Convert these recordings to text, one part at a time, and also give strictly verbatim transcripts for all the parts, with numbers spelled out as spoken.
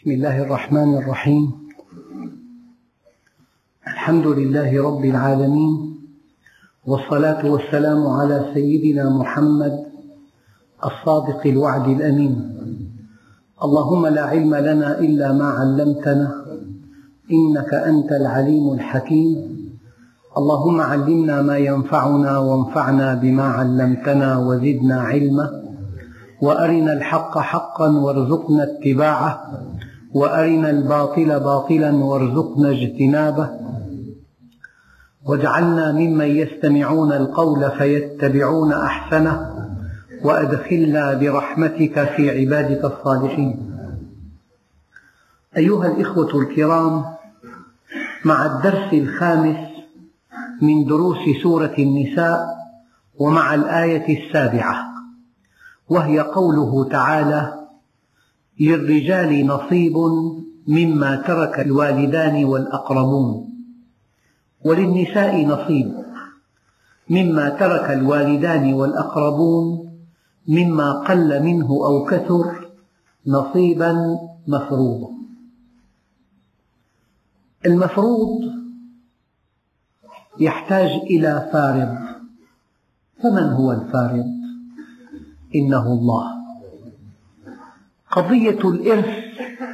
بسم الله الرحمن الرحيم. الحمد لله رب العالمين، والصلاة والسلام على سيدنا محمد الصادق الوعد الأمين. اللهم لا علم لنا إلا ما علمتنا إنك أنت العليم الحكيم. اللهم علمنا ما ينفعنا وانفعنا بما علمتنا وزدنا علما، وأرنا الحق حقا وارزقنا اتباعه، وأرنا الباطل باطلا وارزقنا اجتنابه، واجعلنا ممن يستمعون القول فيتبعون أحسنه، وأدخلنا برحمتك في عبادك الصالحين. أيها الإخوة الكرام، مع الدرس الخامس من دروس سورة النساء، ومع الآية السابعة، وهي قوله تعالى: للرجال نصيب مما ترك الوالدان والأقربون، وللنساء نصيب مما ترك الوالدان والأقربون مما قل منه أو كثر نصيبا مفروضا. المفروض يحتاج إلى فارض، فمن هو الفارض؟ إنه الله. قضية الإرث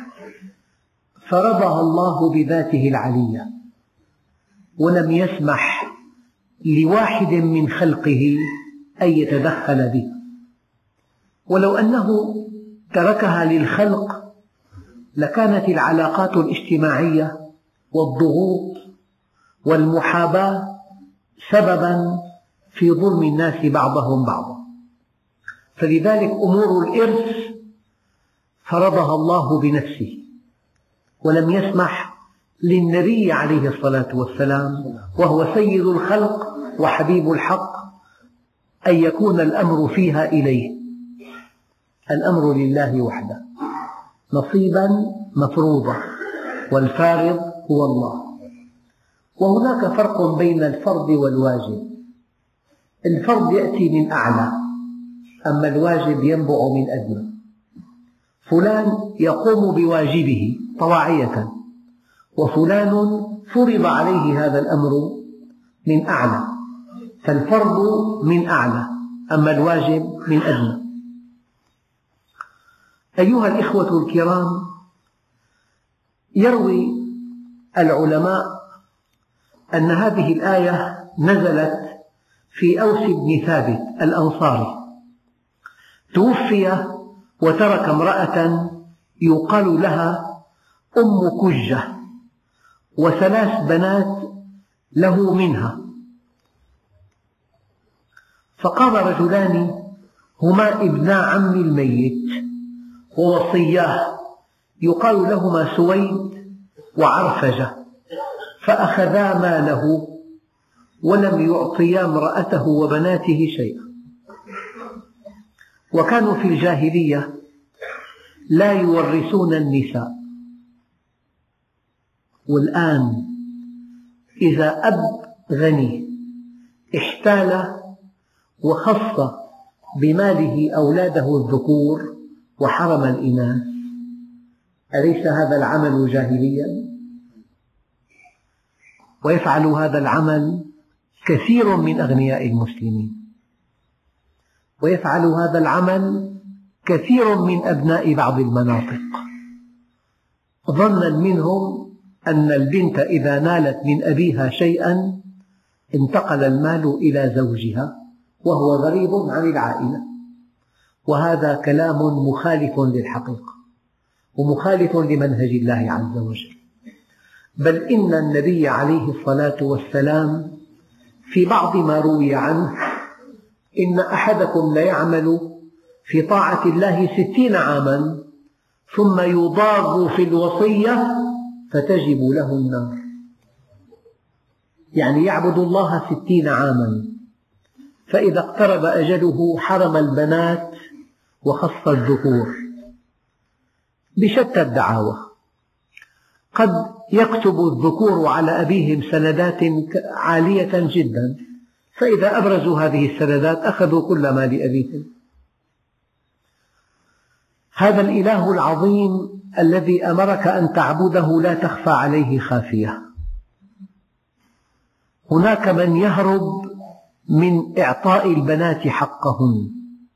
فرضها الله بذاته العلية، ولم يسمح لواحد من خلقه أن يتدخل به، ولو أنه تركها للخلق لكانت العلاقات الاجتماعية والضغوط والمحاباة سببا في ظلم الناس بعضهم بعضا. فلذلك أمور الإرث فرضها الله بنفسه، ولم يسمح للنبي عليه الصلاة والسلام، وهو سيد الخلق وحبيب الحق، أن يكون الأمر فيها إليه. الأمر لله وحده، نصيبا مفروضا، والفارض هو الله. وهناك فرق بين الفرض والواجب. الفرض يأتي من أعلى، أما الواجب ينبع من أدنى. فلان يقوم بواجبه طواعية، وفلان فرض عليه هذا الأمر من أعلى، فالفرض من أعلى أما الواجب من أدنى. أيها الإخوة الكرام، يروي العلماء أن هذه الآية نزلت في أوس بن ثابت الأنصاري، توفي وترك امرأة يقال لها أم كجة، وثلاث بنات له منها. فقام رجلان هما ابنا عم الميت ووصياه يقال لهما سويد وعرفجة، فأخذا ماله ولم يعطيا امرأته وبناته شيئا. وكانوا في الجاهلية لا يورثون النساء، والآن إذا أب غني احتال وخص بماله أولاده الذكور وحرم الإناث، أليس هذا العمل جاهليا؟ ويفعل هذا العمل كثير من أغنياء المسلمين، ويفعل هذا العمل كثير من أبناء بعض المناطق، ظنا منهم أن البنت إذا نالت من أبيها شيئا انتقل المال إلى زوجها وهو غريب عن العائلة. وهذا كلام مخالف للحقيقة ومخالف لمنهج الله عز وجل. بل إن النبي عليه الصلاة والسلام في بعض ما روي عنه: إن أحدكم ليعمل في طاعة الله ستين عاما ثم يضاغ في الوصية فتجب له النار. يعني يعبد الله ستين عاما، فإذا اقترب أجله حرم البنات وخص الذكور بشتى الدعاوى. قد يكتب الذكور على أبيهم سندات عالية جدا، فإذا أبرزوا هذه السندات أخذوا كل مال أبيهم. هذا الإله العظيم الذي أمرك أن تعبده لا تخفى عليه خافية. هناك من يهرب من إعطاء البنات حقهن،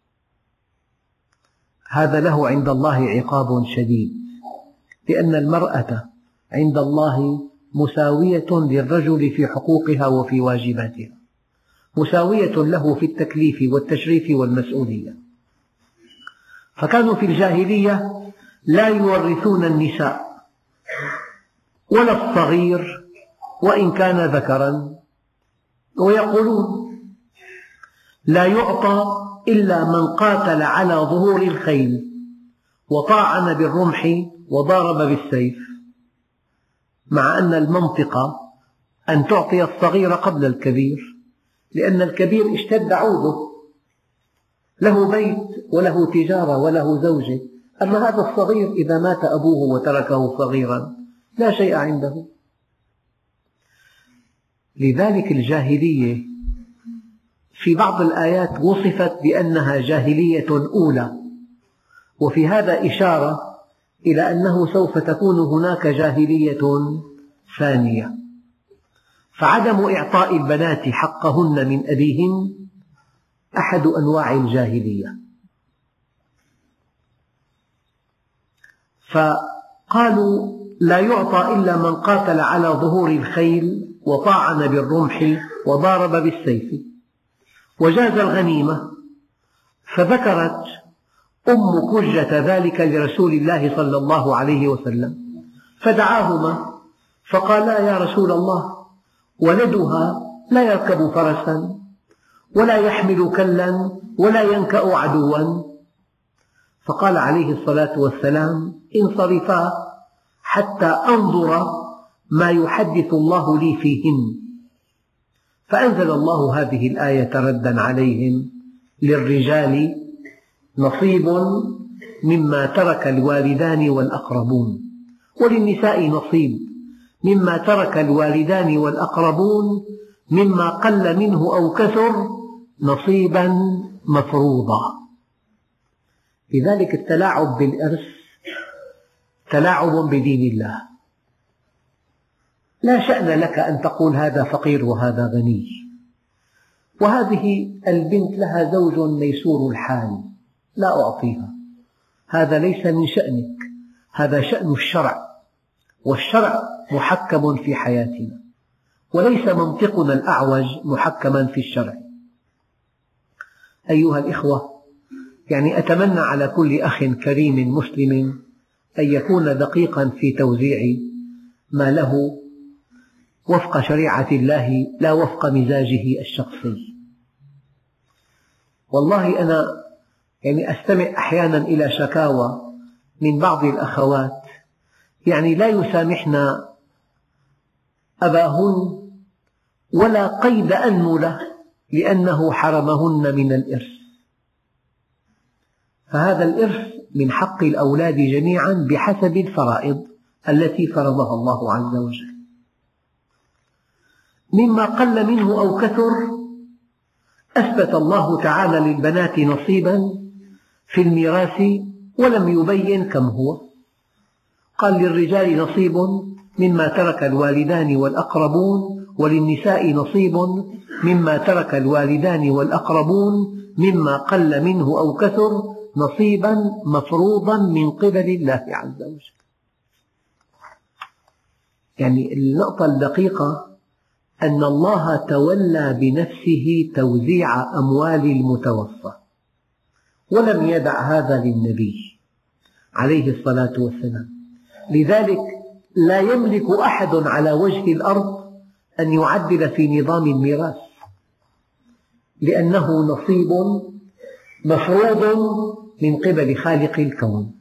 هذا له عند الله عقاب شديد، لأن المرأة عند الله مساوية للرجل في حقوقها وفي واجباتها، مساوية له في التكليف والتشريف والمسؤولية. فكانوا في الجاهلية لا يورثون النساء ولا الصغير وإن كان ذكرا، ويقولون لا يعطى إلا من قاتل على ظهور الخيل وطاعن بالرمح وضارب بالسيف، مع أن المنطق أن تعطي الصغير قبل الكبير، لأن الكبير اشتد عوده، له بيت وله تجارة وله زوجة، أما هذا الصغير إذا مات أبوه وتركه صغيرا لا شيء عنده. لذلك الجاهلية في بعض الآيات وصفت بأنها جاهلية أولى، وفي هذا إشارة إلى أنه سوف تكون هناك جاهلية ثانية. فعدم إعطاء البنات حقهن من أبيهن أحد أنواع الجاهلية. فقالوا لا يعطى إلا من قاتل على ظهور الخيل وطاعن بالرمح وضارب بالسيف، وجاز الغنيمة. فذكرت أم كرجة ذلك لرسول الله صلى الله عليه وسلم، فدعاهما فقالا يا رسول الله، ولدها لا يركب فرسا ولا يحمل كلا ولا ينكأ عدوا. فقال عليه الصلاة والسلام انصرفا حتى أنظر ما يحدث الله لي فيهن. فأنزل الله هذه الآية ردا عليهم: للرجال نصيب مما ترك الوالدان والأقربون، وللنساء نصيب مما ترك الوالدان والأقربون مما قل منه أو كثر نصيبا مفروضا. لذلك التلاعب بالإرث تلاعب بدين الله. لا شأن لك أن تقول هذا فقير وهذا غني، وهذه البنت لها زوج ميسور الحال لا أعطيها، هذا ليس من شأنك، هذا شأن الشرع، والشرع محكم في حياتنا، وليس منطقنا الأعوج محكما في الشرع. أيها الإخوة، يعني أتمنى على كل أخ كريم مسلم أن يكون دقيقا في توزيع ما له وفق شريعة الله لا وفق مزاجه الشخصي. والله أنا يعني أستمع أحيانا إلى شكاوى من بعض الأخوات، يعني لا يسامحن أباهن ولا قيد أنملة لأنه حرمهن من الإرث. فهذا الإرث من حق الأولاد جميعا بحسب الفرائض التي فرضها الله عز وجل. مما قل منه أو كثر أثبت الله تعالى للبنات نصيبا في الميراث ولم يبين كم هو. قال للرجال نصيب مما ترك الوالدان والأقربون، وللنساء نصيب مما ترك الوالدان والأقربون مما قل منه أو كثر نصيبا مفروضا من قبل الله عز وجل. يعني النقطة الدقيقة أن الله تولى بنفسه توزيع أموال المتوفى، ولم يدع هذا للنبي عليه الصلاة والسلام. لذلك لا يملك أحد على وجه الأرض أن يعدل في نظام الميراث، لأنه نصيب مفروض من قبل خالق الكون.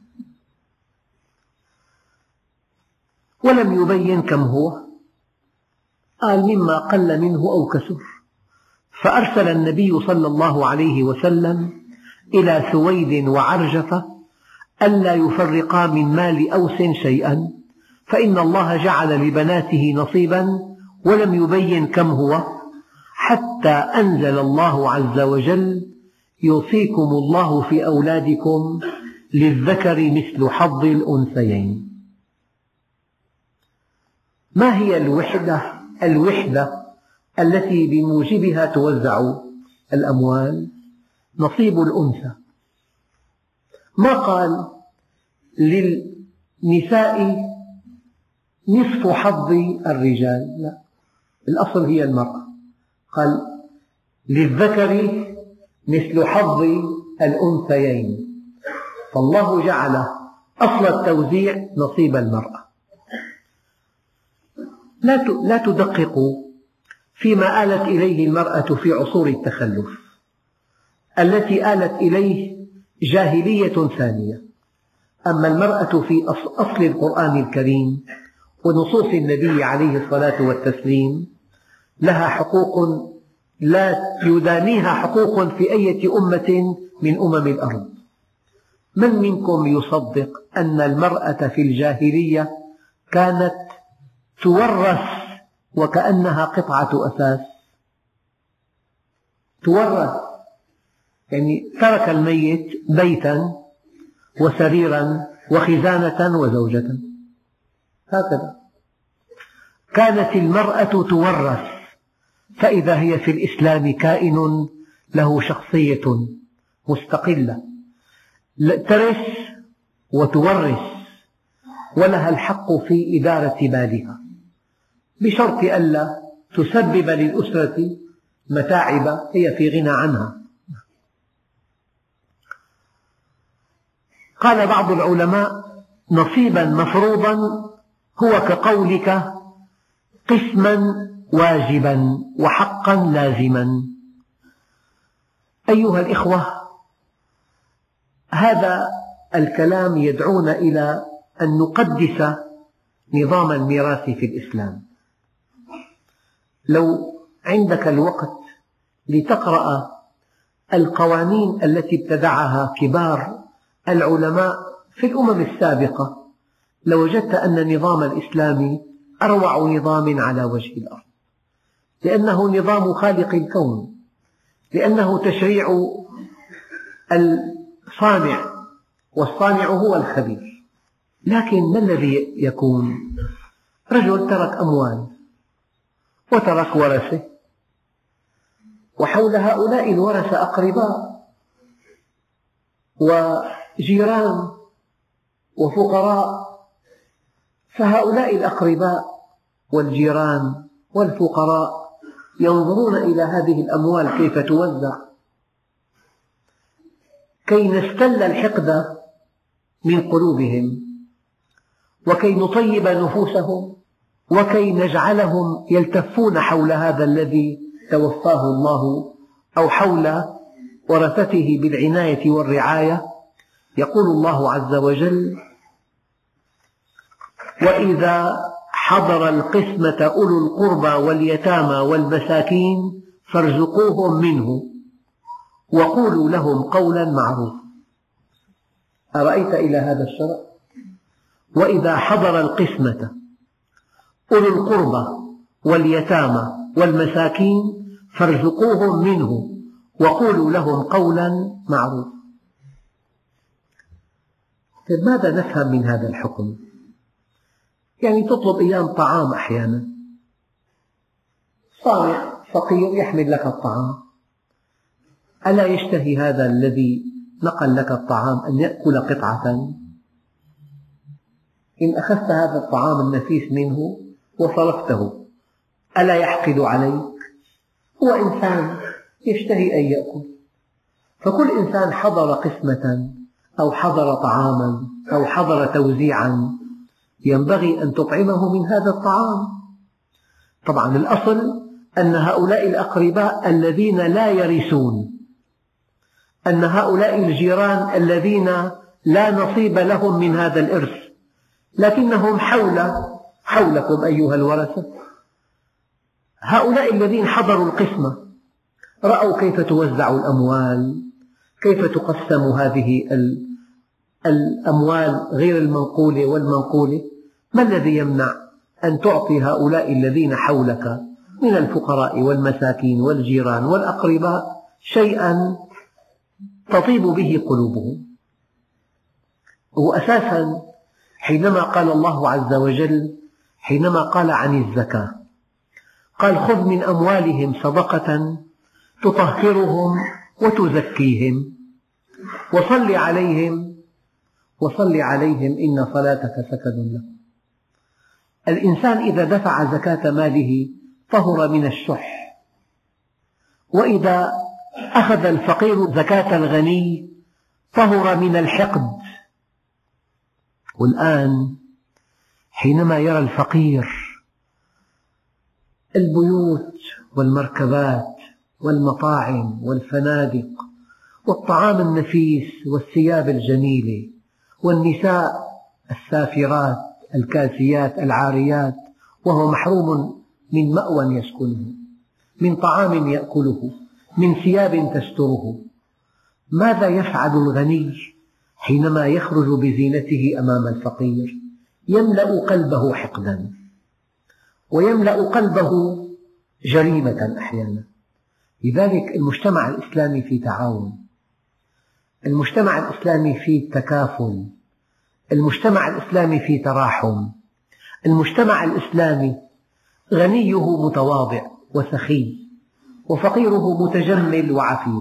ولم يبين كم هو، قال مما قل منه أو كثر. فأرسل النبي صلى الله عليه وسلم إلى سويد وعرجفة ألا يفرقا من مال أوس شيئا، فإن الله جعل لبناته نصيبا ولم يبين كم هو، حتى أنزل الله عز وجل: يوصيكم الله في أولادكم للذكر مثل حظ الأنثيين. ما هي الوحدة الوحدة التي بموجبها توزع الأموال؟ نصيب الأنثى. ما قال للنساء نصف حظ الرجال، لا، الأصل هي المرأة. قال للذكر مثل حظ الأنثيين، فالله جعل أصل التوزيع نصيب المرأة. لا تدققوا فيما آلت إليه المرأة في عصور التخلف التي آلت إليه جاهلية ثانية. أما المرأة في أصل القرآن الكريم ونصوص النبي عليه الصلاة والتسليم لها حقوق لا يدانيها حقوق في أي أمة من أمم الأرض. من منكم يصدق أن المرأة في الجاهلية كانت تورث وكأنها قطعة أثاث؟ تورث يعني ترك الميت بيتا وسريرا وخزانة وزوجة، هكذا كانت المرأة تورث. فإذا هي في الإسلام كائن له شخصية مستقلة، ترث وتورث، ولها الحق في إدارة مالها بشرط ألا تسبب للأسرة متاعب هي في غنى عنها. قال بعض العلماء نصيبا مفروضا هو كقولك قسما واجبا وحقا لازما. أيها الإخوة، هذا الكلام يدعونا إلى أن نقدس نظام الميراث في الإسلام. لو عندك الوقت لتقرأ القوانين التي ابتدعها كبار العلماء في الأمم السابقة لوجدت أن النظام الإسلامي أروع نظام على وجه الأرض، لأنه نظام خالق الكون، لأنه تشريع الصانع، والصانع هو الخبير. لكن ما الذي يكون؟ رجل ترك أموال وترك ورثة، وحول هؤلاء الورثة أقرباء وجيران وفقراء، فهؤلاء الأقرباء والجيران والفقراء ينظرون إلى هذه الأموال كيف توزع، كي نستل الحقد من قلوبهم، وكي نطيب نفوسهم، وكي نجعلهم يلتفون حول هذا الذي توفاه الله أو حول ورثته بالعناية والرعاية. يقول الله عز وجل: وإذا حضر القسمة أولو القربى واليتامى والمساكين فارزقوهم منه وقولوا لهم قولا معروفا. أرأيت إلى هذا الشرع؟ وإذا حضر القسمة أولو القربى واليتامى والمساكين فارزقوهم منه وقولوا لهم قولا معروفا. ماذا نفهم من هذا الحكم؟ يعني تطلب أيام طعام أحيانا، صانع فقير يحمل لك الطعام، ألا يشتهي هذا الذي نقل لك الطعام أن يأكل قطعة؟ إن أخذت هذا الطعام النفيس منه وصرفته ألا يحقد عليك؟ هو إنسان يشتهي أن يأكل. فكل إنسان حضر قسمة أو حضر طعاما أو حضر توزيعا ينبغي أن تطعمه من هذا الطعام. طبعا الأصل أن هؤلاء الأقرباء الذين لا يرثون، أن هؤلاء الجيران الذين لا نصيب لهم من هذا الإرث، لكنهم حول حولكم أيها الورثة، هؤلاء الذين حضروا القسمة رأوا كيف توزع الأموال، كيف تقسم هذه الأموال غير المنقولة والمنقولة. ما الذي يمنع أن تعطي هؤلاء الذين حولك من الفقراء والمساكين والجيران والأقرباء شيئا تطيب به قلوبهم؟ هو أساسا حينما قال الله عز وجل، حينما قال عن الزكاة قال خذ من أموالهم صدقة تطهرهم وتزكيهم وصل عليهم وصل عليهم إن صلاتك سكن لهم. الإنسان إذا دفع زكاة ماله طهر من الشح، وإذا أخذ الفقير زكاة الغني طهر من الحقد. والآن حينما يرى الفقير البيوت والمركبات والمطاعم والفنادق والطعام النفيس والثياب الجميلة والنساء السافرات الكاسيات العاريات، وهو محروم من مأوى يسكنه، من طعام يأكله، من ثياب تستره، ماذا يفعل الغني حينما يخرج بزينته أمام الفقير؟ يملأ قلبه حقدا، ويملأ قلبه جريمة أحيانا. لذلك المجتمع الإسلامي في تعاون، المجتمع الإسلامي في تكافل، المجتمع الإسلامي في تراحم، المجتمع الإسلامي غنيه متواضع وسخي وفقيره متجمل وعفيف.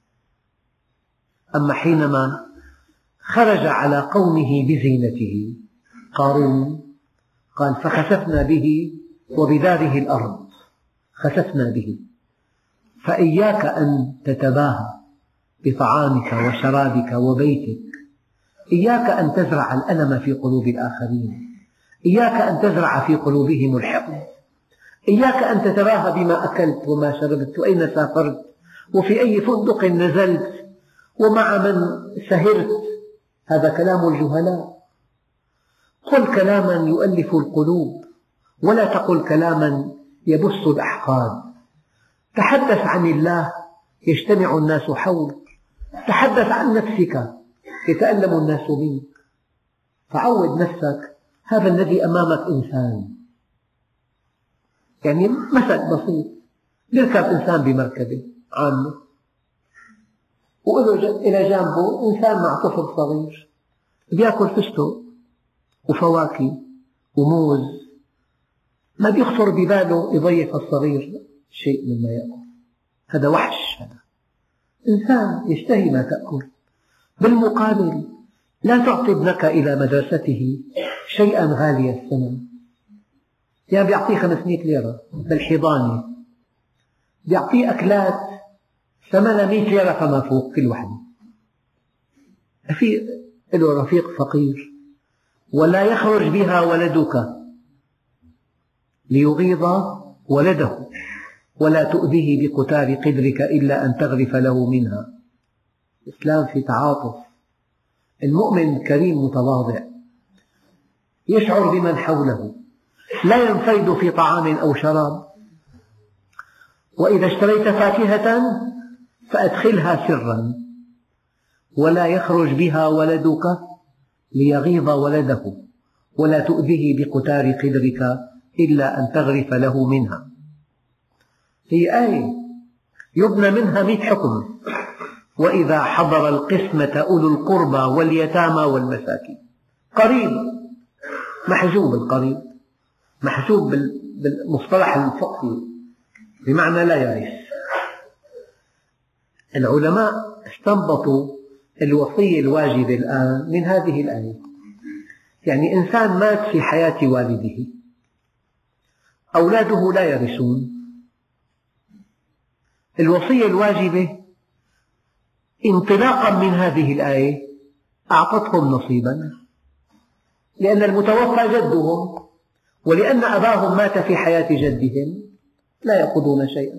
أما حينما خرج على قومه بزينته قارون قال فخسفنا به وبداره الأرض، خسفنا به. فإياك أن تتباهى بطعامك وشرابك وبيتك، إياك أن تزرع الألم في قلوب الآخرين، إياك أن تزرع في قلوبهم الحقد، إياك أن تتباهى بما أكلت وما شربت وأين سافرت وفي أي فندق نزلت ومع من سهرت. هذا كلام الجهلاء. قل كلاما يؤلف القلوب، ولا تقل كلاما يبث الأحقاد. تحدث عن الله يجتمع الناس حولك، تحدث عن نفسك يتألم الناس منك. فعود نفسك هذا الذي أمامك إنسان. يعني مثل بسيط، يركب إنسان بمركبة عامة وإلى جانبه إنسان مع طفل صغير بيأكل فستق وفواكه وموز، ما بيخطر بباله يضيف الصغير شيء مما يأكل. هذا وحش، هذا إنسان يشتهي ما تأكل. بالمقابل لا تعطي ابنك إلى مدرسته شيئا غالي الثمن، يعني بيعطيه خمسمئة ليرة بالحضانة، بيعطيه أكلات ثمنها مئة ليرة فما فوق كل وحدة. في له رفيق فقير ولا يخرج بها ولدك ليغيظ ولده ولا تؤذيه بقتال قدرك إلا أن تغرف له منها. الإسلام في تعاطف. المؤمن كريم متواضع يشعر بمن حوله، لا ينفرد في طعام أو شراب. وإذا اشتريت فاكهة فأدخلها سرا ولا يخرج بها ولدك ليغيظ ولده ولا تؤذيه بقتال قدرك إلا أن تغرف له منها. هي آية يبنى منها مئة حكم. وإذا حضر القسمة أولو القربى واليتامى والمساكين. قريب محجوب، القريب محجوب بالمصطلح الفقهي بمعنى لا يرث. العلماء استنبطوا الوصية الواجبة الآن من هذه الآية. يعني إنسان مات في حياة والده، أولاده لا يرثون، الوصية الواجبة انطلاقا من هذه الآية أعطتهم نصيبا، لأن المتوفى جدهم، ولأن أباهم مات في حياة جدهم لا يأخذون شيئا.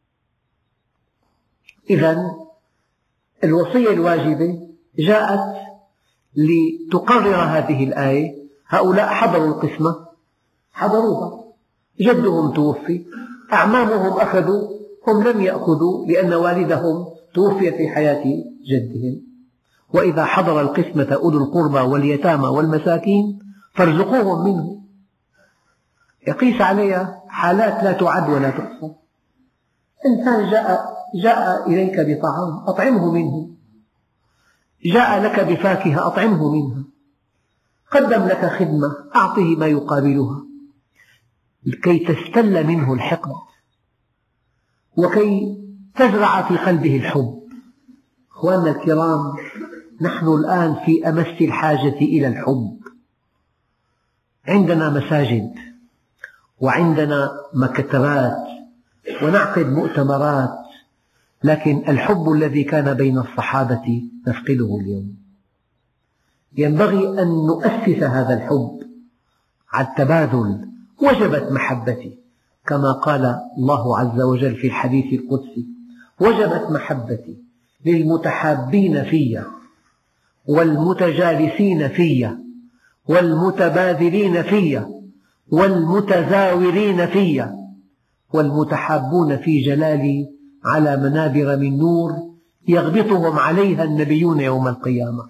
إذن الوصية الواجبة جاءت لتقرر هذه الآية. هؤلاء حضروا القسمة، حضروها، جدهم توفي، أعمامهم أخذوا، هم لم يأخذوا لأن والدهم توفي في حياة جدهم. وإذا حضر القسمة أولو القربى واليتامى والمساكين فارزقوهم منه. يقيس عليها حالات لا تعد ولا تحصى. إنسان جاء, جاء إليك بطعام أطعمه منه، جاء لك بفاكهة أطعمه منها، قدم لك خدمة، أعطه ما يقابلها لكي تستل منه الحقد وكي تزرع في قلبه الحب. أخواننا الكرام، نحن الآن في أمس الحاجة إلى الحب. عندنا مساجد وعندنا مكتبات ونعقد مؤتمرات، لكن الحب الذي كان بين الصحابة نفقده اليوم. ينبغي أن نؤسس هذا الحب على التبادل. وجبت محبتي كما قال الله عز وجل في الحديث القدسي: وجبت محبتي للمتحابين في والمتجالسين في والمتبادلين في والمتزاورين في والمتحابون في جلالي على منابر من نور يغبطهم عليها النبيون يوم القيامة.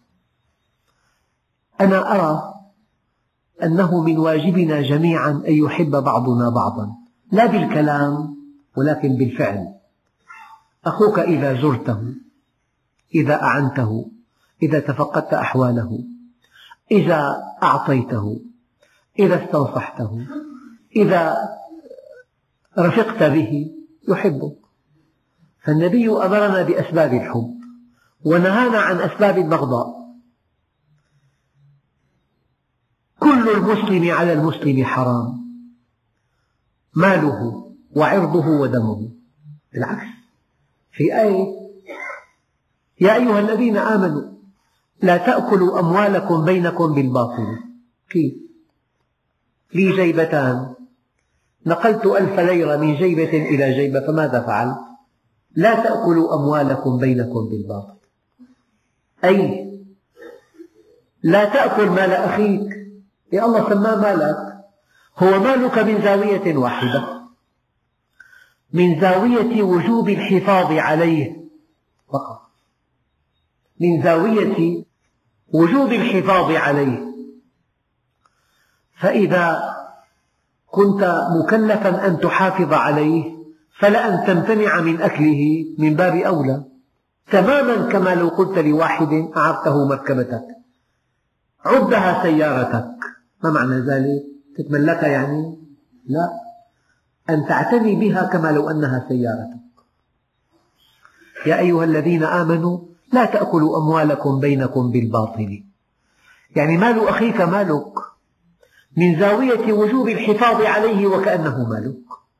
أنا أرى أنه من واجبنا جميعا أن يحب بعضنا بعضا، لا بالكلام ولكن بالفعل. أخوك إذا زرته، إذا أعنته، إذا تفقدت أحواله، إذا أعطيته، إذا استنصحته، إذا رفقت به، يحبك. فالنبي أمرنا بأسباب الحب ونهانا عن أسباب البغضاء. كل المسلم على المسلم حرام، ماله وعرضه ودمه. بالعكس، في آية: يا أيها الذين آمنوا لا تأكلوا أموالكم بينكم بالباطل. كيف؟ لي جيبتان، نقلت ألف ليرة من جيبة إلى جيبة، فماذا فعلت؟ لا تأكلوا أموالكم بينكم بالباطل، أي لا تأكل مال أخيك. يا الله سماه مالك، هو مالك من زاوية واحدة، من زاوية وجوب الحفاظ عليه فقط، من زاوية وجوب الحفاظ عليه. فإذا كنت مكلفا أن تحافظ عليه فلأن تمتنع من أكله من باب أولى، تماما كما لو قلت لواحد أعرته مركبتك، عدها سيارتك. ما معنى ذلك؟ تتملكها يعني؟ لا، أن تعتني بها كما لو أنها سيارتك. يا أيها الذين آمنوا لا تأكلوا أموالكم بينكم بالباطل، يعني مال أخيك مالك من زاوية وجوب الحفاظ عليه وكأنه مالك.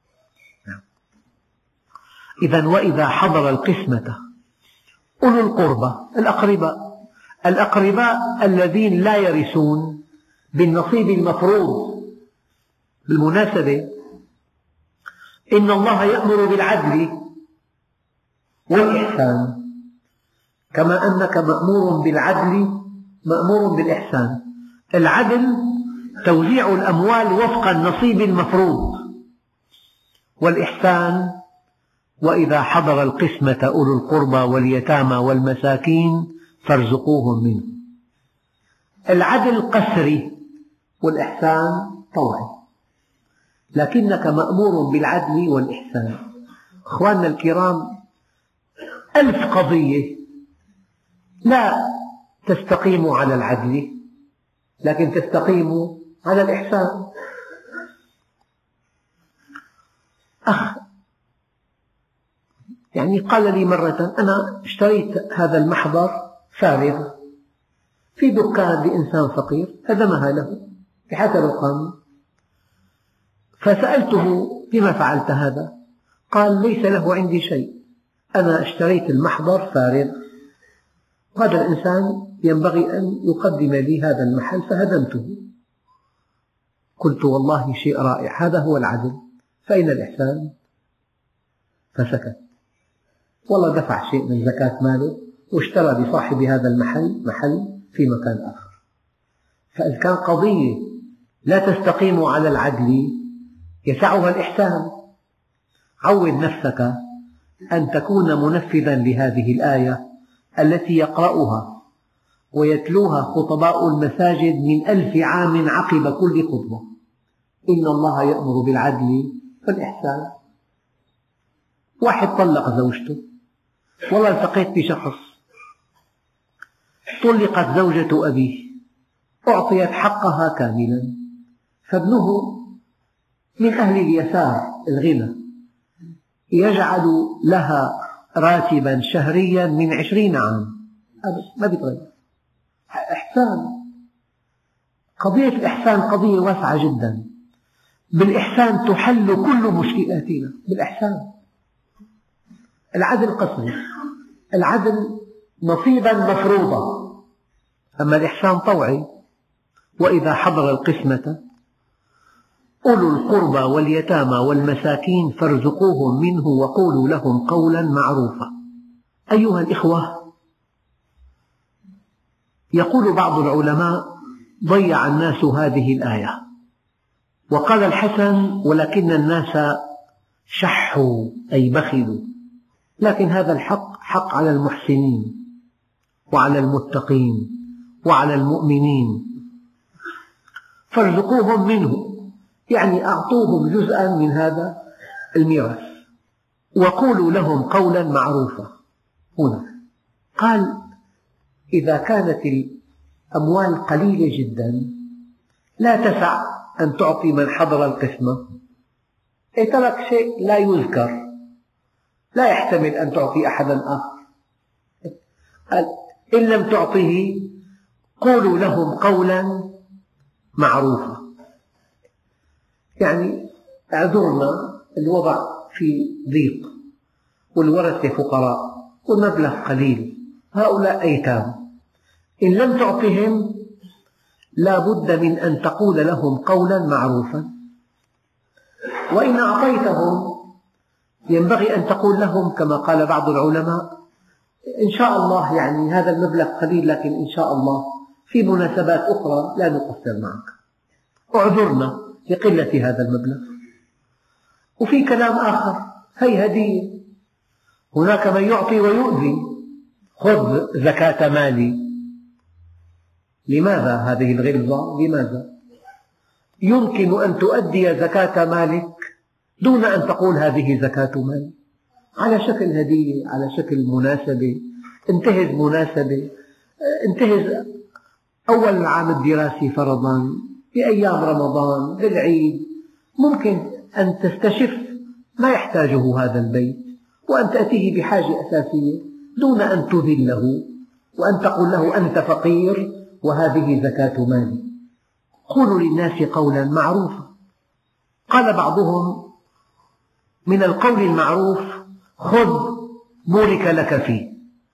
إذن وإذا حضر القسمة أولو القربى، الأقرباء، الأقرباء الذين لا يرثون بالنصيب المفروض. بالمناسبة، إن الله يأمر بالعدل والإحسان، كما أنك مأمور بالعدل مأمور بالإحسان. العدل توزيع الأموال وفق النصيب المفروض، والإحسان وإذا حضر القسمة أولو القربى واليتامى والمساكين فارزقوهم منه. العدل قسري والإحسان طوعي، لكنك مأمور بالعدل والإحسان. أخواننا الكرام، ألف قضية لا تستقيم على العدل، لكن تستقيم على الإحسان. أخ يعني قال لي مرة: أنا اشتريت هذا المحضر فارغ في دكان لإنسان فقير هدمها له بحسب القانون. فسألته: لما فعلت هذا؟ قال: ليس له عندي شيء، أنا اشتريت المحضر فارغ، وهذا الإنسان ينبغي أن يقدم لي هذا المحل فهدمته. قلت: والله شيء رائع، هذا هو العدل، فأين الإحسان؟ فسكت. والله دفع شيء من زكاة ماله واشترى لصاحب هذا المحل محل في مكان آخر. فإذا كان قضية لا تستقيم على العدل يسعها الإحسان. عود نفسك أن تكون منفذا لهذه الآية التي يقرأها ويتلوها خطباء المساجد من ألف عام عقب كل خطبة: إن الله يأمر بالعدل والإحسان. واحد طلق زوجته، والله التقيت بشخص طلقت زوجة أبيه، أعطيت حقها كاملا، فابنه من أهل اليسار الغنى يجعل لها راتبا شهريا من عشرين عام، ما بيتغير. إحسان. قضية الإحسان قضية واسعة جدا. بالإحسان تحل كل مشكلاتنا، بالإحسان. العدل قسمي، العدل نصيبا مفروضا، أما الإحسان طوعي. وإذا حضر القسمة أولو القربى واليتامى والمساكين فارزقوهم منه وقولوا لهم قولا معروفا. أيها الإخوة، يقول بعض العلماء: ضيع الناس هذه الآية. وقال الحسن: ولكن الناس شحوا أي بخلوا. لكن هذا الحق حق على المحسنين وعلى المتقين وعلى المؤمنين. فارزقوهم منه، يعني أعطوهم جزءا من هذا الميراث، وقولوا لهم قولا معروفا. هنا قال: إذا كانت الأموال قليلة جدا لا تسع أن تعطي من حضر القسمة، ترك شيء لا يذكر، لا يحتمل أن تعطي أحدا آخر. قال: إن لم تعطه قولوا لهم قولا معروفا، يعني اعذرنا، الوضع في ضيق والورثة فقراء والمبلغ قليل، هؤلاء أيتام، إن لم تعطهم لا بد من أن تقول لهم قولا معروفا. وإن أعطيتهم ينبغي أن تقول لهم كما قال بعض العلماء: إن شاء الله، يعني هذا المبلغ قليل لكن إن شاء الله في مناسبات أخرى لا نقصر معك، اعذرنا لقلة هذا المبلغ. وفي كلام آخر: هي هدية، هناك من يعطي ويؤذي، خذ زكاة مالي. لماذا هذه الغلظة؟ لماذا؟ يمكن أن تؤدي زكاة مالك دون أن تقول هذه زكاة مالي، على شكل هدية، على شكل مناسبة. انتهز مناسبة، انتهز أول العام الدراسي فرضا، بأيام رمضان، بالعيد، ممكن أن تستشف ما يحتاجه هذا البيت وأن تأتيه بحاجة أساسية دون أن تذله وأن تقول له أنت فقير وهذه زكاة مالي. قولوا للناس قولا معروفا. قال بعضهم: من القول المعروف خذ بورك لك فيه.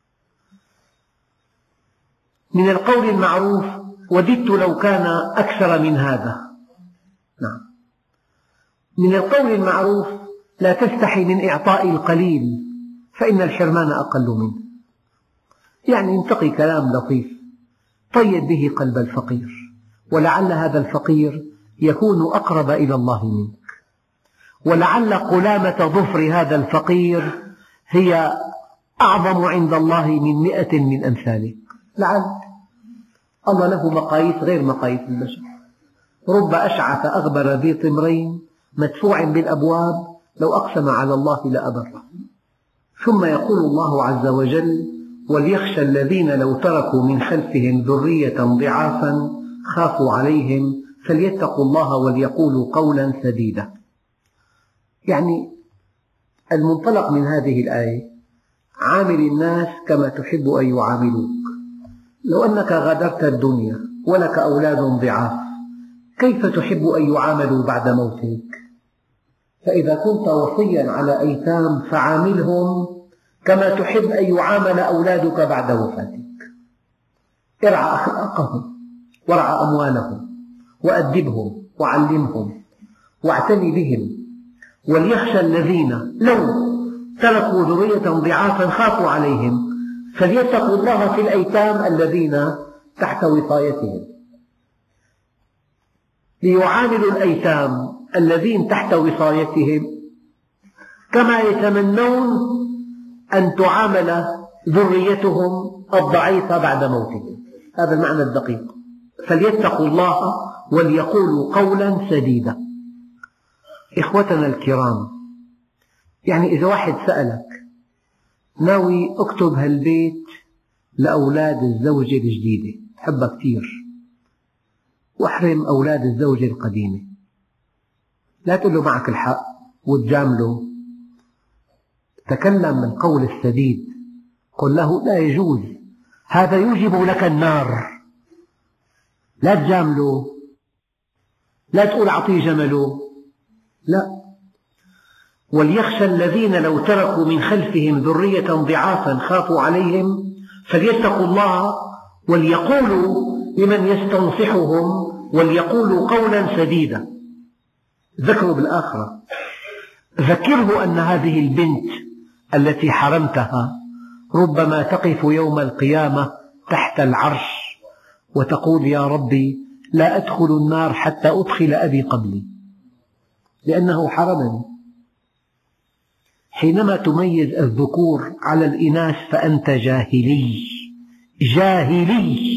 من القول المعروف وددت لو كان أكثر من هذا. نعم. من القول المعروف لا تستحي من إعطاء القليل فإن الحرمان أقل منه، يعني انتقي كلام لطيف طيب به قلب الفقير، ولعل هذا الفقير يكون أقرب إلى الله منك، ولعل قلامة ظفر هذا الفقير هي أعظم عند الله من مئة من أمثالك. لعل الله له مقاييس غير مقاييس البشر. رب أشعث أغبر ذي طمرين مدفوع بالأبواب لو أقسم على الله لأبره. ثم يقول الله عز وجل: وليخشى الذين لو تركوا من خلفهم ذرية ضعافا خافوا عليهم فليتقوا الله وليقولوا قولا سديدا. يعني المنطلق من هذه الآية: عامل الناس كما تحب أن يعاملوك. لو أنك غادرت الدنيا ولك أولاد ضعاف كيف تحب أن يعاملوا بعد موتك؟ فإذا كنت وصيا على أيتام فعاملهم كما تحب أن يعامل أولادك بعد وفاتك. ارعى أخلاقهم وارعى أموالهم وأدبهم وعلمهم واعتني بهم. وليخشى الذين لو تركوا ذرية ضعافا خافوا عليهم فليتقوا الله في الأيتام الذين تحت وصايتهم. ليعاملوا الأيتام الذين تحت وصايتهم كما يتمنون أن تعامل ذريتهم الضعيفة بعد موتهم. هذا المعنى الدقيق. فليتقوا الله وليقولوا قولا سديدا. إخوتنا الكرام، يعني إذا واحد سألك: ناوي أكتب هالبيت لأولاد الزوجة الجديدة، تحبها كثير، واحرم أولاد الزوجة القديمة. لا تقول له معك الحق وتجامله، تكلم بالقول السديد، قل له لا يجوز، هذا يوجب لك النار. لا تجامله، لا تقول أعطيه جمله، لا. وليخشى الذين لو تركوا من خلفهم ذرية ضعافا خافوا عليهم فليتقوا الله وليقولوا لمن يستنصحهم وليقولوا قولا سديدا. ذكروا بالآخرة، ذكره أن هذه البنت التي حرمتها ربما تقف يوم القيامة تحت العرش وتقول يا ربي لا أدخل النار حتى أدخل أبي قبلي لأنه حرمني. حينما تميز الذكور على الإناث فأنت جاهلي، جاهلي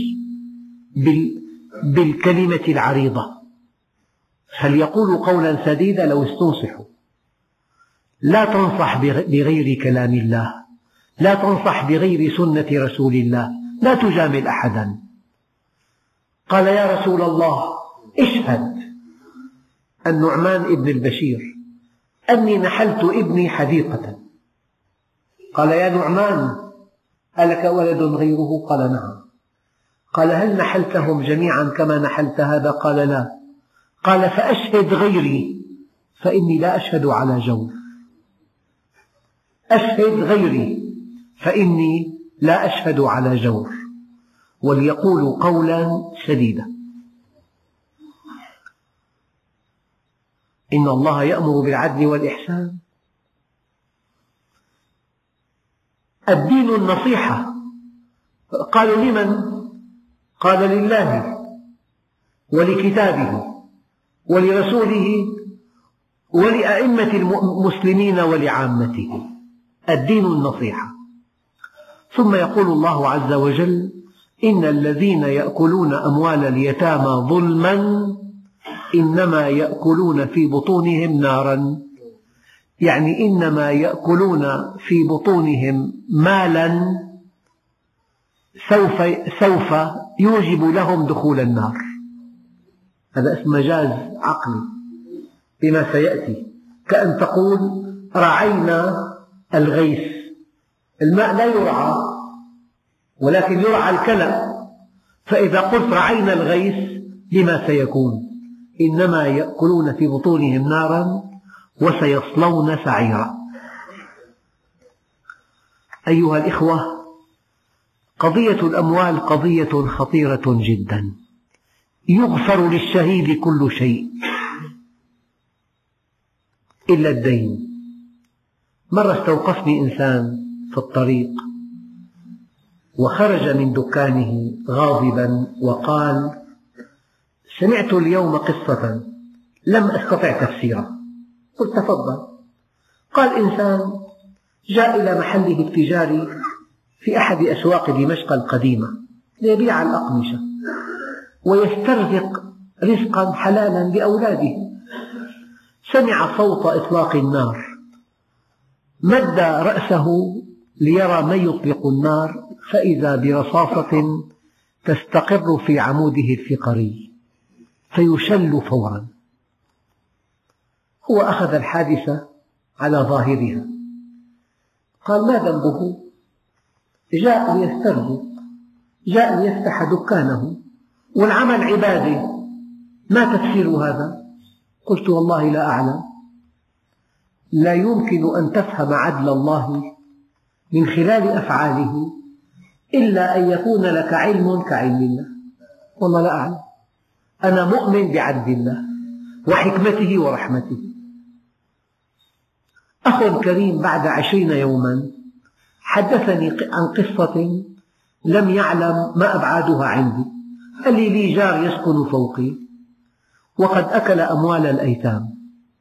بالكلمة العريضة. فليقولوا قولا سديدا لو استنصحوا. لا تنصح بغير كلام الله، لا تنصح بغير سنة رسول الله، لا تجامل أحدا. قال يا رسول الله اشهد النعمان ابن البشير أني نحلت ابني حديقة. قال يا نعمان ألك ولد غيره؟ قال نعم. قال هل نحلتهم جميعا كما نحلت هذا؟ قال لا. قال فأشهد غيري فإني لا أشهد على جور. أشهد غيري فإني لا أشهد على جور. وليقولوا قولا سديدا. إن الله يأمر بالعدل والإحسان. الدين النصيحة. قالوا لمن؟ قال لله ولكتابه ولرسوله ولأئمة المسلمين ولعامته. الدين النصيحة. ثم يقول الله عز وجل إن الذين يأكلون أموال اليتامى ظلما إنما يأكلون في بطونهم نارا، يعني إنما يأكلون في بطونهم مالا سوف, سوف يوجب لهم دخول النار. هذا اسم مجاز عقلي بما سيأتي، كأن تقول رعينا الغيث. الماء لا يرعى ولكن يرعى الكلأ، فإذا قلت رعينا الغيث بما سيكون؟ إنما يأكلون في بطونهم نارا وسيصلون سعيرا. أيها الإخوة، قضية الأموال قضية خطيرة جدا. يغفر للشهيد كل شيء إلا الدين. مرة استوقفني إنسان في الطريق وخرج من دكانه غاضبا وقال سمعت اليوم قصة لم أستطع تفسيرها. قلت تفضل. قال إنسان جاء إلى محله التجاري في أحد أسواق دمشق القديمة ليبيع الأقمشة ويسترزق رزقا حلالا لأولاده. سمع صوت إطلاق النار، مد رأسه ليرى من يطلق النار فإذا برصاصة تستقر في عموده الفقري فيشل فورا. هو أخذ الحادثة على ظاهرها. قال ما ذنبه؟ جاء ليسترزق، جاء ليفتح دكانه، والعمل عبادة، ما تفسير هذا؟ قلت والله لا أعلم. لا يمكن أن تفهم عدل الله من خلال أفعاله إلا أن يكون لك علم كعلم الله. والله لا أعلم. أنا مؤمن بعدل الله وحكمته ورحمته. أخ كريم بعد عشرين يوما حدثني عن قصة لم يعلم ما أبعادها عندي. قال لي لي جار يسكن فوقي وقد أكل أموال الأيتام،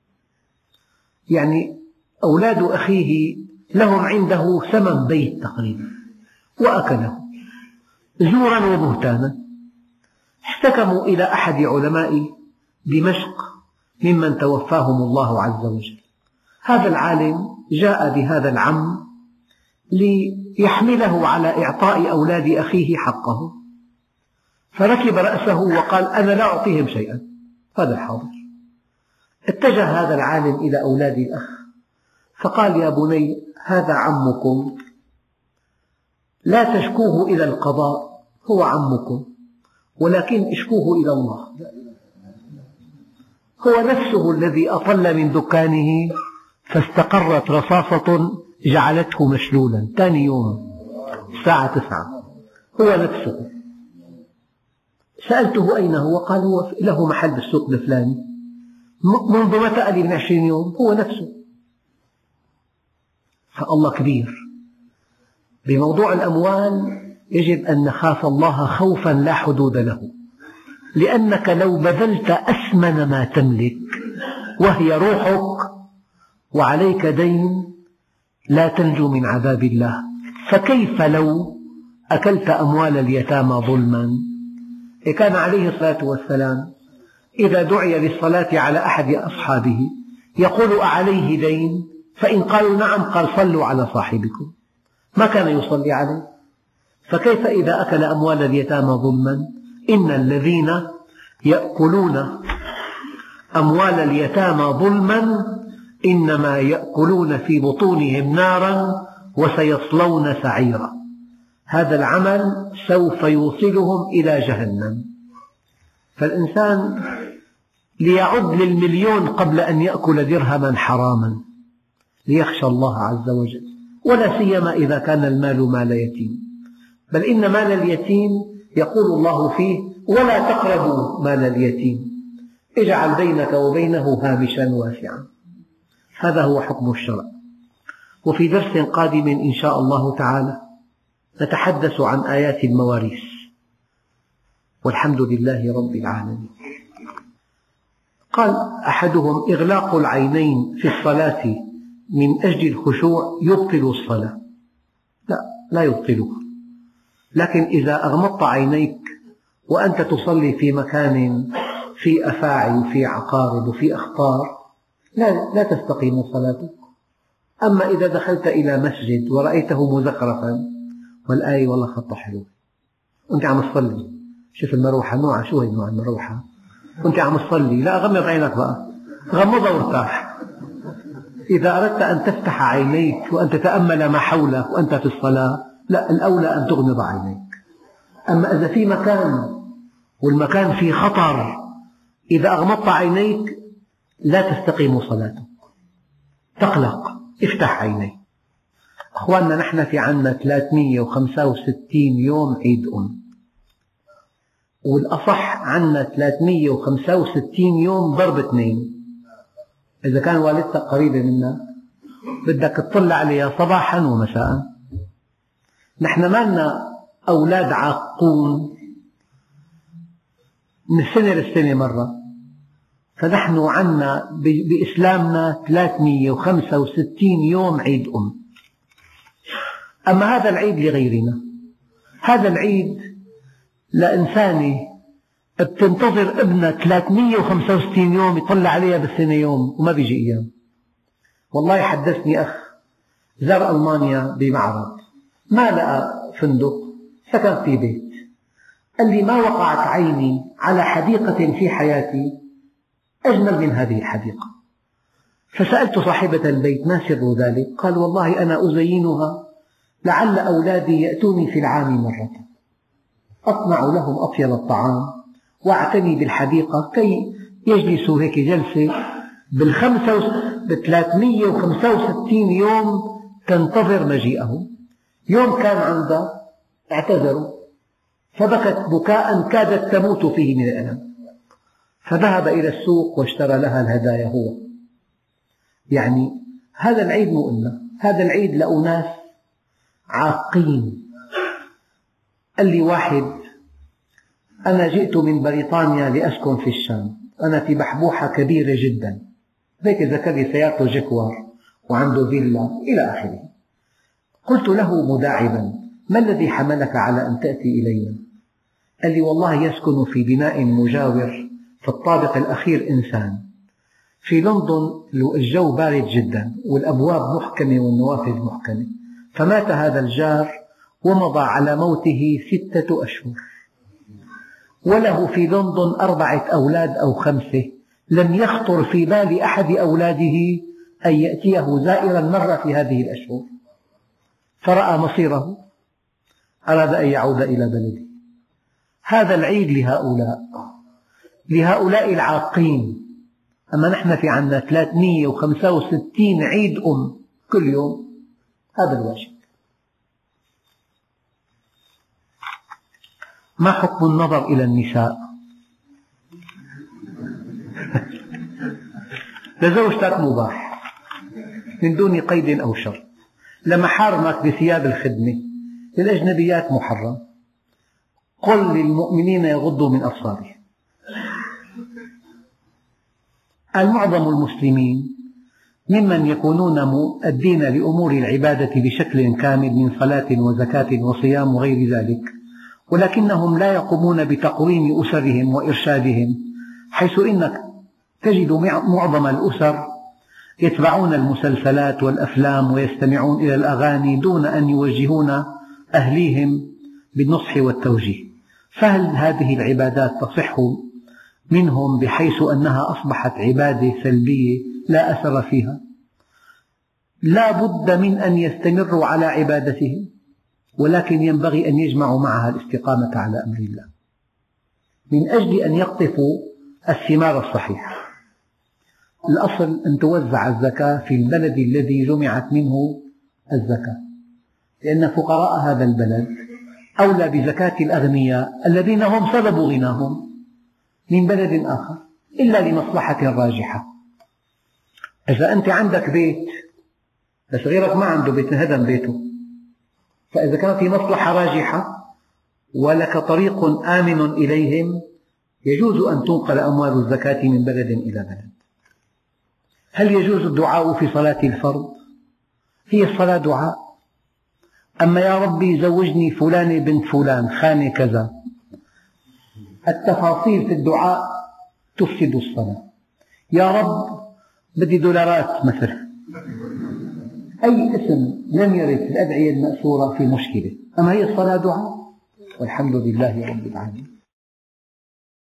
يعني أولاد أخيه لهم عنده ثمن بيت تقريبا وأكله زورا وبهتانا. احتكموا إلى أحد علماء دمشق ممن توفاهم الله عز وجل. هذا العالم جاء بهذا العم ليحمله على إعطاء أولاد أخيه حقه، فركب رأسه وقال أنا لا أعطيهم شيئا، هذا الحاضر. اتجه هذا العالم إلى أولاد الأخ فقال يا بني هذا عمكم، لا تشكوه إلى القضاء، هو عمكم، ولكن اشكوه إلى الله. هو نفسه الذي أطل من دكانه فاستقرت رصاصة جعلته مشلولا. ثاني يوم الساعة تسعة هو نفسه. سألته أين هو؟ قال هو له محل بالسوق الفلاني. منذ متى؟ قال لي من عشرين يوم. هو نفسه. فالله كبير. بموضوع الأموال يجب أن نخاف الله خوفا لا حدود له، لأنك لو بذلت أثمن ما تملك وهي روحك وعليك دين لا تنجو من عذاب الله. فكيف لو أكلت أموال اليتامى ظلما؟ كان عليه الصلاة والسلام إذا دعي للصلاة على أحد أصحابه يقول أعليه دين؟ فإن قالوا نعم قال صلوا على صاحبكم، ما كان يصلي عليه. فكيف إذا أكل أموال اليتامى ظلما؟ إن الذين يأكلون أموال اليتامى ظلما إنما يأكلون في بطونهم نارا وسيصلون سعيرا. هذا العمل سوف يوصلهم إلى جهنم. فالإنسان ليعد للمليون قبل أن يأكل درهما حراما ليخشى الله عز وجل، ولا سيما إذا كان المال مال يتيم. بل إن مال اليتيم يقول الله فيه ولا تقربوا مال اليتيم اجعل بينك وبينه هامشا واسعا. هذا هو حكم الشرع. وفي درس قادم إن شاء الله تعالى نتحدث عن آيات المواريث، والحمد لله رب العالمين. قال أحدهم إغلاق العينين في الصلاة من أجل الخشوع يبطل الصلاة. لا، لا يبطلها، لكن إذا أغمضت عينيك وأنت تصلي في مكان في أفاعي وفي عقارب وفي أخطار لا, لا تستقيم صلاتك. أما إذا دخلت إلى مسجد ورأيته مزخرفا، والآية والله خطة حلوة، وأنت عم تصلي، شوف المروحة نوعها شو هي نوع المروحة، وأنت عم تصلي، لا غمض عينك بقى، غمضها وارتاح. إذا أردت أن تفتح عينيك وأن تتأمل ما حولك وأنت في الصلاة، لا، الأولى أن تغمض عينيك. أما إذا في مكان والمكان فيه خطر، إذا أغمضت عينيك لا تستقيم صلاتك، تقلق، افتح عينيك. أخواننا نحن في عنا ثلاثمئة وخمسة وستين يوم عيد أم، والأصح عنا ثلاثمئة وخمسة وستين يوم ضرب اثنين. إذا كان والدتك قريبة منا بدك تطلع عليها صباحا ومساء. نحن ما لنا أولاد عاقون من سنة للسنة مرة، فنحن عنا بإسلامنا ثلاثمئة وخمسة وستين يوم عيد أم. أما هذا العيد لغيرنا، هذا العيد لإنسانة بتنتظر ابنها ثلاثمئة وخمسة وستين يوم يطلع عليها بالسنة يوم وما بيجي أيام. والله حدثني أخ زار ألمانيا بمعرض، ما لقى فندق، سكن في بيت. قال لي ما وقعت عيني على حديقة في حياتي أجمل من هذه الحديقة. فسألت صاحبة البيت ما سر ذلك؟ قال والله أنا أزينها لعل أولادي يأتوني في العام مرة، أصنع لهم أطيب الطعام وأعتني بالحديقة كي يجلسوا هيك جلسة بالثلاثمئة وخمسة وستين يوم تنتظر مجيئهم. يوم كان عندها اعتذروا فبكت بكاء كادت تموت فيه من الألم، فذهب إلى السوق واشترى لها الهدايا هو. يعني هذا العيد مو إلنا، هذا العيد لأناس عاقين. قال لي واحد أنا جئت من بريطانيا لأسكن في الشام، أنا في بحبوحة كبيرة جدا، هيك ذكر لي سيارته جكوار وعنده فيلا إلى آخره. قلت له مداعبا ما الذي حملك على أن تأتي إلينا؟ قال لي والله يسكن في بناء مجاور في الطابق الأخير إنسان. في لندن الجو بارد جدا والأبواب محكمة والنوافذ محكمة، فمات هذا الجار ومضى على موته ستة أشهر. وله في لندن أربعة أولاد أو خمسة، لم يخطر في بال أحد أولاده أن يأتيه زائرا مرة في هذه الأشهر، فرأى مصيره، أراد أن يعود إلى بلده. هذا العيد لهؤلاء لهؤلاء العاقين. أما نحن في عندنا ثلاثمئة وخمسة وستين عيد أم كل يوم. هذا الواجب. ما حكم النظر إلى النساء؟ لزوجتك مباح من دون قيد أو شرط، لمحارمك بثياب الخدمة، للأجنبيات محرم. قل للمؤمنين يغضوا من أبصارهم. المعظم المسلمين ممن يكونون مؤدين لأمور العبادة بشكل كامل من صلاة وزكاة وصيام وغير ذلك، ولكنهم لا يقومون بتقويم أسرهم وإرشادهم، حيث إنك تجد معظم الأسر يتبعون المسلسلات والأفلام ويستمعون إلى الأغاني دون أن يوجهون أهليهم بالنصح والتوجيه. فهل هذه العبادات تصح منهم بحيث أنها أصبحت عبادة سلبية لا أثر فيها؟ لا بد من أن يستمروا على عبادتهم، ولكن ينبغي أن يجمعوا معها الاستقامة على أمر الله من أجل أن يقطفوا الثمار الصحيحة. الأصل أن توزع الزكاة في البلد الذي جمعت منه الزكاة، لأن فقراء هذا البلد أولى بزكاة الأغنياء الذين هم سبب غناهم من بلد آخر، إلا لمصلحة راجحة. إذا أنت عندك بيت بس غيرك ما عنده بيت، انهدم بيته، فإذا كان في مصلحة راجحة ولك طريق آمن إليهم يجوز أن تنقل أموال الزكاة من بلد إلى بلد. هل يجوز الدعاء في صلاة الفرض؟ هي الصلاة دعاء. أما يا ربي زوجني فلانة بنت فلان خانة كذا، التفاصيل في الدعاء تفسد الصلاة. يا رب بدي دولارات مثلا، أي اسم لم يرد في الأدعية المأثورة في مشكلة. أما هي الصلاة دعاء، والحمد لله رب العالمين.